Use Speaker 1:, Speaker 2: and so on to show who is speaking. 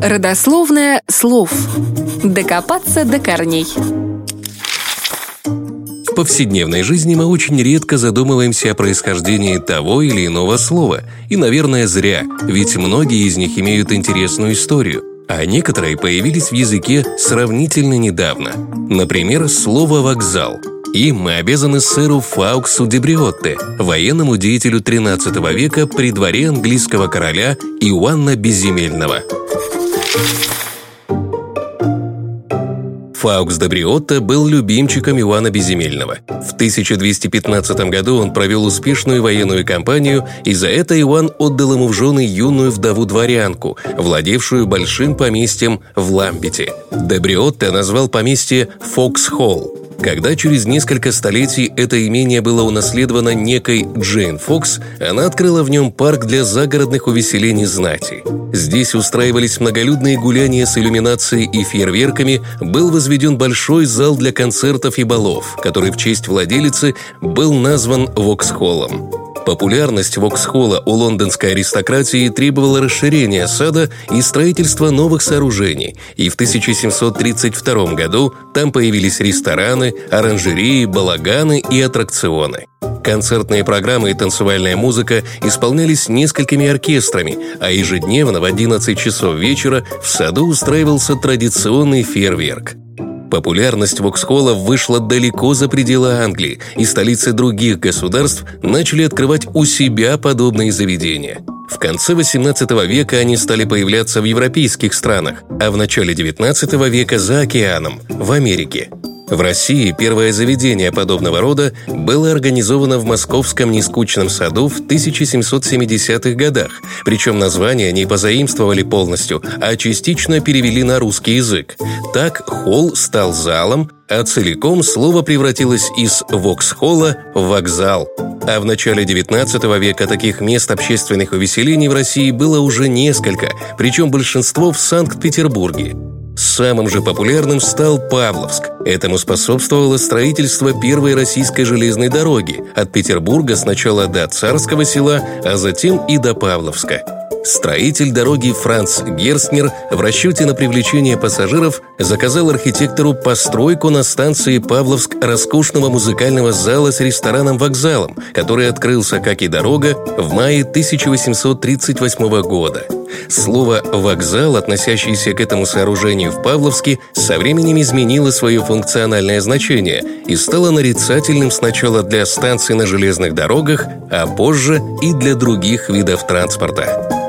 Speaker 1: Родословное слов. Докопаться до корней.
Speaker 2: В повседневной жизни мы очень редко задумываемся о происхождении того или иного слова. И, наверное, зря, ведь многие из них имеют интересную историю, а некоторые появились в языке сравнительно недавно. Например, слово «вокзал». И мы обязаны сэру Фауксу де Бриотте, военному деятелю XIII века при дворе английского короля Иоанна Безземельного. Фаукс де Бриотте был любимчиком Иоанна Безземельного. В 1215 году он провел успешную военную кампанию, и за это Иоанн отдал ему в жены юную вдову-дворянку, владевшую большим поместьем в Ламбете. Де Бриотте назвал поместье Фокс-Холл. Когда через несколько столетий это имение было унаследовано некой Джейн Фокс, она открыла в нем парк для загородных увеселений знати. Здесь устраивались многолюдные гуляния с иллюминацией и фейерверками, был возведен большой зал для концертов и балов, который в честь владелицы был назван Воксхоллом. Популярность Воксхолла у лондонской аристократии требовала расширения сада и строительства новых сооружений, и в 1732 году там появились рестораны, оранжереи, балаганы и аттракционы. Концертные программы и танцевальная музыка исполнялись несколькими оркестрами, а ежедневно в 11 часов вечера в саду устраивался традиционный фейерверк. Популярность Воксхолла вышла далеко за пределы Англии, и столицы других государств начали открывать у себя подобные заведения. В конце XVIII века они стали появляться в европейских странах, а в начале XIX века за океаном, в Америке. В России первое заведение подобного рода было организовано в Московском нескучном саду в 1770-х годах, причем название они позаимствовали полностью, а частично перевели на русский язык. Так холл стал залом, а целиком слово превратилось из Воксхолла в вокзал. А в начале XIX века таких мест общественных увеселений в России было уже несколько, причем большинство в Санкт-Петербурге. Самым же популярным стал Павловск. Этому способствовало строительство первой российской железной дороги от Петербурга сначала до Царского Села, а затем и до Павловска. Строитель дороги Франц Герстнер в расчете на привлечение пассажиров заказал архитектору постройку на станции Павловск роскошного музыкального зала с рестораном-вокзалом, который открылся, как и дорога, в мае 1838 года. Слово «вокзал», относящееся к этому сооружению в Павловске, со временем изменило свое функциональное значение и стало нарицательным сначала для станций на железных дорогах, а позже и для других видов транспорта.